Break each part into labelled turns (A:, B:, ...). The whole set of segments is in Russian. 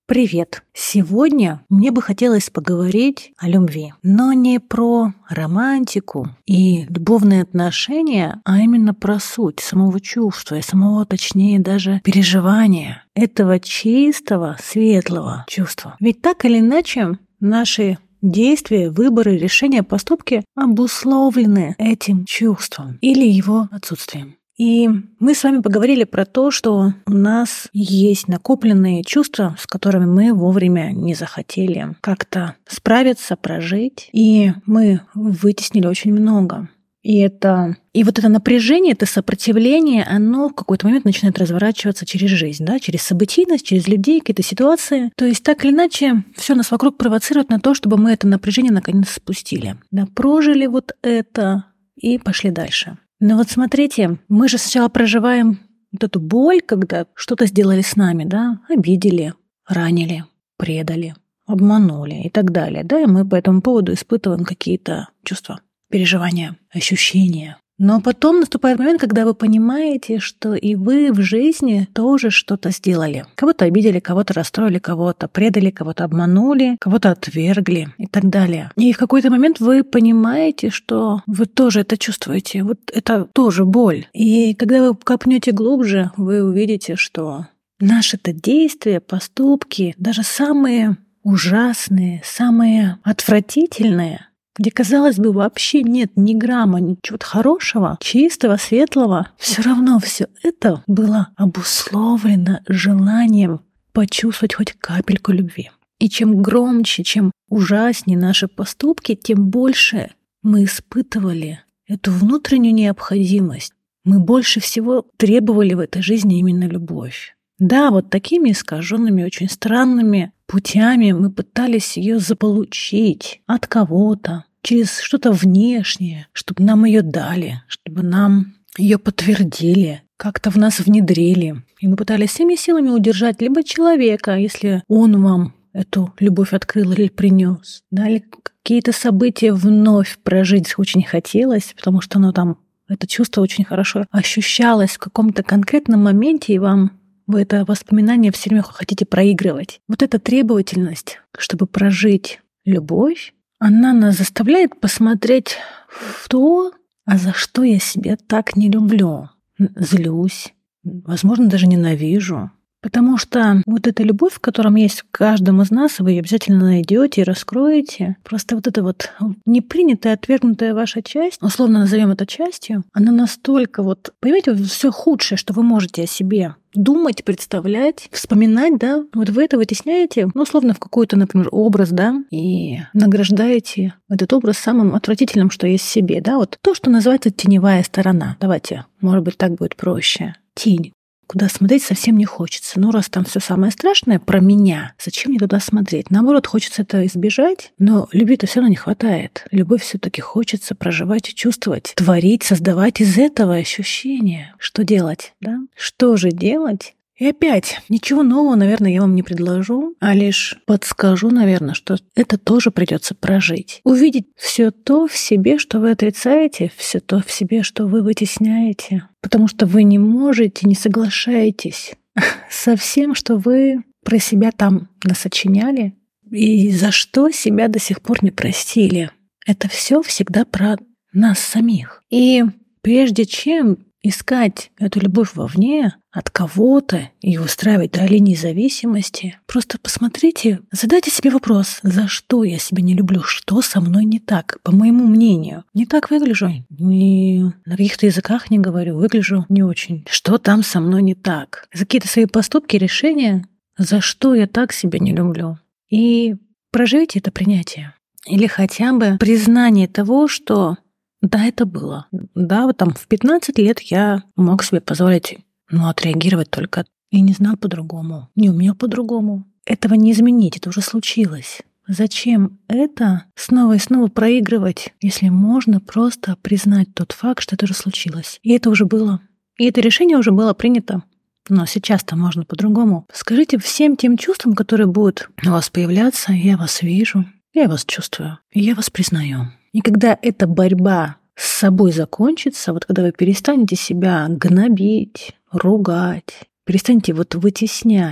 A: Привет! Сегодня мне бы хотелось поговорить о любви, но не про романтику и любовные отношения, а именно про суть самого чувства и самого, точнее, даже переживания этого чистого, светлого чувства. Ведь так или иначе наши действия, выборы, решения, поступки обусловлены этим чувством или его отсутствием. И мы с вами поговорили про то, что у нас есть накопленные чувства, с которыми мы вовремя не захотели как-то справиться, прожить. И мы вытеснили очень много. И вот это напряжение, это сопротивление, оно в какой-то момент начинает разворачиваться через жизнь, да, через событийность, через людей, какие-то ситуации. То есть так или иначе все нас вокруг провоцирует на то, чтобы мы это напряжение наконец спустили. Да, прожили вот это и пошли дальше. Но вот смотрите, мы же сначала проживаем вот эту боль, когда что-то сделали с нами, да, обидели, ранили, предали, обманули и так далее, да, и мы по этому поводу испытываем какие-то чувства, переживания, ощущения. Но потом наступает момент, когда вы понимаете, что и вы в жизни тоже что-то сделали. Кого-то обидели, кого-то расстроили, кого-то предали, кого-то обманули, кого-то отвергли и так далее. И в какой-то момент вы понимаете, что вы тоже это чувствуете. Вот это тоже боль. И когда вы копнете глубже, вы увидите, что наши-то действия, поступки, даже самые ужасные, самые отвратительные, где, казалось бы, вообще нет ни грамма, ничего хорошего, чистого, светлого, все равно все это было обусловлено желанием почувствовать хоть капельку любви. И чем громче, чем ужаснее наши поступки, тем больше мы испытывали эту внутреннюю необходимость. Мы больше всего требовали в этой жизни именно любовь. Да, вот такими искаженными, очень странными путями мы пытались ее заполучить от кого-то, через что-то внешнее, чтобы нам ее дали, чтобы нам ее подтвердили, как-то в нас внедрили. И мы пытались всеми силами удержать либо человека, если он вам эту любовь открыл или принес, да, или какие-то события вновь прожить очень хотелось, потому что это чувство очень хорошо ощущалось в каком-то конкретном моменте, и вы это воспоминание все время хотите проигрывать. Вот эта требовательность, чтобы прожить любовь, она нас заставляет посмотреть в то, а за что я себя так не люблю, злюсь, возможно, даже ненавижу. Потому что вот эта любовь, в котором есть в каждом из нас, вы ее обязательно найдете и раскроете. Просто вот эта вот непринятая, отвергнутая ваша часть, условно назовем это частью, она настолько понимаете, все худшее, что вы можете о себе думать, представлять, вспоминать, да, вот вы это вытесняете, условно, в какой-то, например, образ, да, и награждаете этот образ самым отвратительным, что есть в себе, да, вот то, что называется теневая сторона. Давайте, может быть, так будет проще. Тень. Куда смотреть совсем не хочется. Раз там все самое страшное про меня, зачем мне туда смотреть? Наоборот, хочется это избежать, но любви-то все равно не хватает. Любовь все-таки хочется проживать и чувствовать, творить, создавать из этого ощущения. Что делать, да? Что же делать? И опять, ничего нового, наверное, я вам не предложу, а лишь подскажу, наверное, что это тоже придется прожить. Увидеть все то в себе, что вы отрицаете, все то в себе, что вы вытесняете. Потому что вы не можете, не соглашаетесь со всем, что вы про себя там насочиняли, и за что себя до сих пор не простили. Это все всегда про нас самих. И прежде чем искать эту любовь вовне, от кого-то и устраивать линии зависимости, просто посмотрите, задайте себе вопрос, за что я себя не люблю, что со мной не так, по моему мнению. Не так выгляжу, на каких-то языках не говорю, выгляжу не очень. Что там со мной не так? За какие-то свои поступки, решения, за что я так себя не люблю. И проживите это принятие. Или хотя бы признание того, что да, это было. Да, в 15 лет я мог себе позволить отреагировать только и не знал по-другому, не умел по-другому. Этого не изменить, это уже случилось. Зачем это снова и снова проигрывать, если можно просто признать тот факт, что это уже случилось? И это уже было. И это решение уже было принято. Но сейчас-то можно по-другому. Скажите всем тем чувствам, которые будут у вас появляться, я вас вижу, я вас чувствую, я вас признаю. И когда эта борьба с собой закончится, когда вы перестанете себя гнобить, ругать, перестанете вытеснять,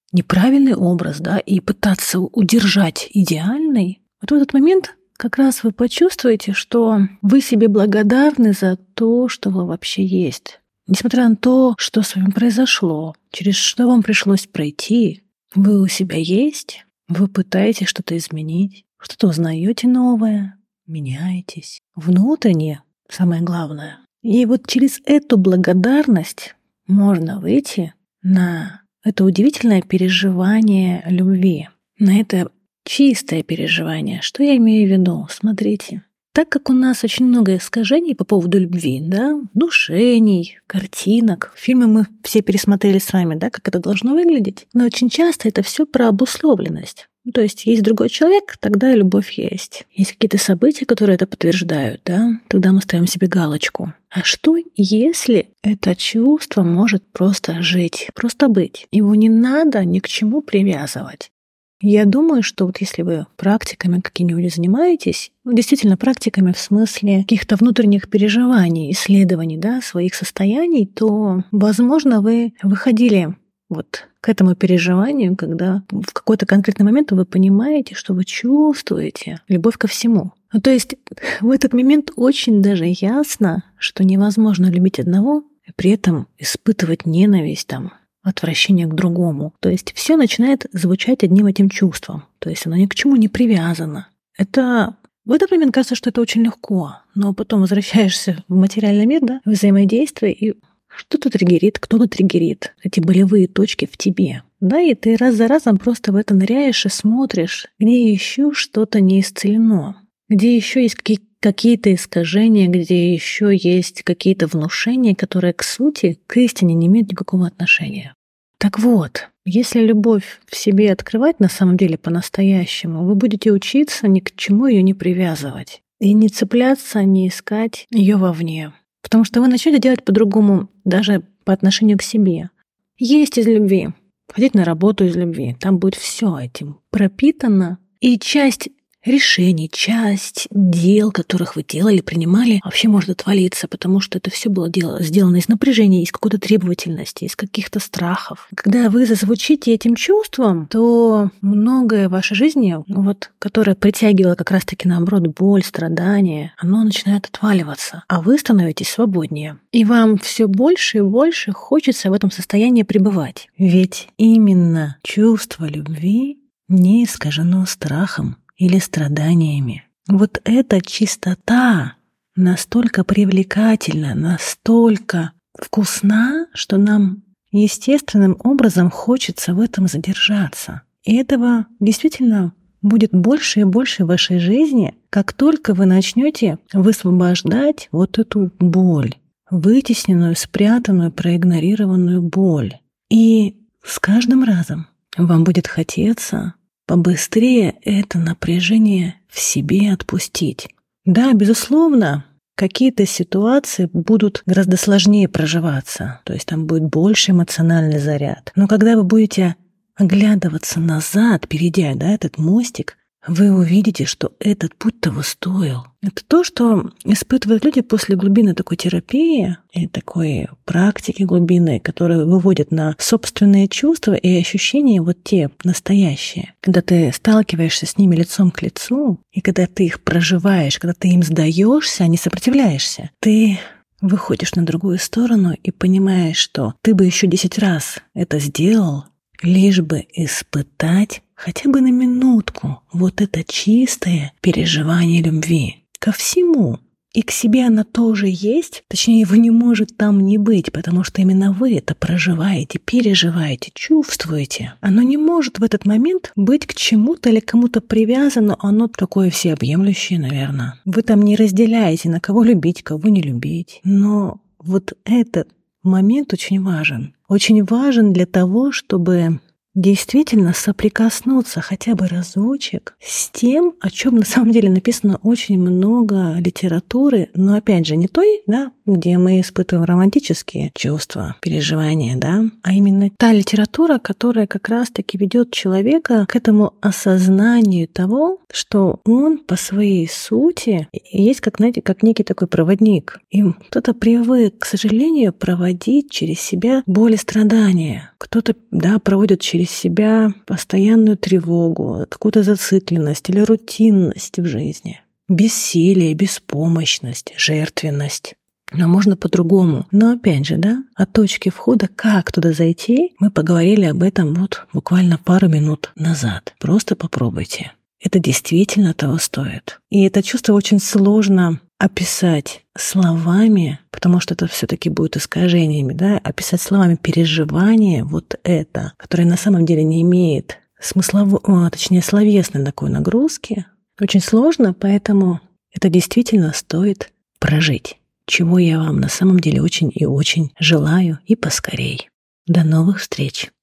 A: неправильный образ, да, и пытаться удержать идеальный, вот в этот момент как раз вы почувствуете, что вы себе благодарны за то, что вы вообще есть. Несмотря на то, что с вами произошло, через что вам пришлось пройти, вы у себя есть, вы пытаетесь что-то изменить, что-то узнаете новое, меняетесь. Внутренне самое главное. И вот через эту благодарность можно выйти на это удивительное переживание любви, на это чистое переживание. Что я имею в виду? Смотрите. Так как у нас очень много искажений по поводу любви, да, внушений, картинок, фильмы мы все пересмотрели с вами, да, как это должно выглядеть, но очень часто это все про обусловленность. То есть есть другой человек, тогда и любовь есть. Есть какие-то события, которые это подтверждают, да, тогда мы ставим себе галочку. А что, если это чувство может просто жить, просто быть? Его не надо ни к чему привязывать. Я думаю, что вот если вы практиками какими-нибудь занимаетесь, действительно практиками в смысле каких-то внутренних переживаний, исследований, да, своих состояний, то, возможно, вы выходили вот к этому переживанию, когда в какой-то конкретный момент вы понимаете, что вы чувствуете любовь ко всему. Ну, то есть в этот момент очень даже ясно, что невозможно любить одного и при этом испытывать ненависть там, отвращение к другому. То есть все начинает звучать одним этим чувством. То есть оно ни к чему не привязано. Это в этот момент кажется, что это очень легко, но потом возвращаешься в материальный мир, да, в взаимодействие, и что-то триггерит, кто-то триггерит эти болевые точки в тебе. Да, и ты раз за разом просто в это ныряешь и смотришь, где еще что-то не исцелено, где еще есть какие-то искажения, где еще есть какие-то внушения, которые к сути, к истине не имеют никакого отношения. Так вот, если любовь в себе открывать на самом деле по-настоящему, вы будете учиться ни к чему ее не привязывать и не цепляться, не искать ее вовне. Потому что вы начнете делать по-другому даже по отношению к себе. Есть из любви, ходить на работу из любви, там будет все этим пропитано, и часть решений, часть дел, которых вы делали, принимали, вообще может отвалиться, потому что это все было сделано из напряжения, из какой-то требовательности, из каких-то страхов. Когда вы зазвучите этим чувством, то многое в вашей жизни, вот, которое притягивало как раз-таки наоборот боль, страдания, оно начинает отваливаться, а вы становитесь свободнее. И вам все больше и больше хочется в этом состоянии пребывать. Ведь именно чувство любви не искажено страхом или страданиями. Вот эта чистота настолько привлекательна, настолько вкусна, что нам естественным образом хочется в этом задержаться. И этого действительно будет больше и больше в вашей жизни, как только вы начнете высвобождать вот эту боль, вытесненную, спрятанную, проигнорированную боль. И с каждым разом вам будет хотеться побыстрее это напряжение в себе отпустить. Да, безусловно, какие-то ситуации будут гораздо сложнее проживаться, то есть там будет больше эмоциональный заряд. Но когда вы будете оглядываться назад, перейдя, да, этот мостик, вы увидите, что этот путь того стоил. Это то, что испытывают люди после глубинной такой терапии и такой практики глубинной, которые выводят на собственные чувства и ощущения вот те настоящие. Когда ты сталкиваешься с ними лицом к лицу, и когда ты их проживаешь, когда ты им сдаешься, а не сопротивляешься, ты выходишь на другую сторону и понимаешь, что ты бы еще 10 раз это сделал, лишь бы испытать хотя бы на минутку вот это чистое переживание любви ко всему. И к себе оно тоже есть, точнее, его не может там не быть, потому что именно вы это проживаете, переживаете, чувствуете. Оно не может в этот момент быть к чему-то или кому-то привязано, оно такое всеобъемлющее, наверное. Вы там не разделяете, на кого любить, кого не любить. Но вот этот момент очень важен. Очень важен для того, чтобы действительно соприкоснуться хотя бы разочек с тем, о чем на самом деле написано очень много литературы, но опять же не той, да, где мы испытываем романтические чувства, переживания, да, а именно та литература, которая как раз-таки ведет человека к этому осознанию того, что он по своей сути есть, как, знаете, как некий такой проводник. И кто-то привык, к сожалению, проводить через себя боль и страдания. Кто-то, да, проводит через себя постоянную тревогу, какую-то зацикленность или рутинность в жизни. Бессилие, беспомощность, жертвенность. Но можно по-другому. Но опять же, да, о точке входа, как туда зайти, мы поговорили об этом вот буквально пару минут назад. Просто попробуйте. Это действительно того стоит. И это чувство очень сложно описать словами, потому что это все-таки будет искажениями, да, описать словами переживание вот это, которое на самом деле не имеет точнее, словесной такой нагрузки, очень сложно, поэтому это действительно стоит прожить, чего я вам на самом деле очень и очень желаю и поскорей. До новых встреч!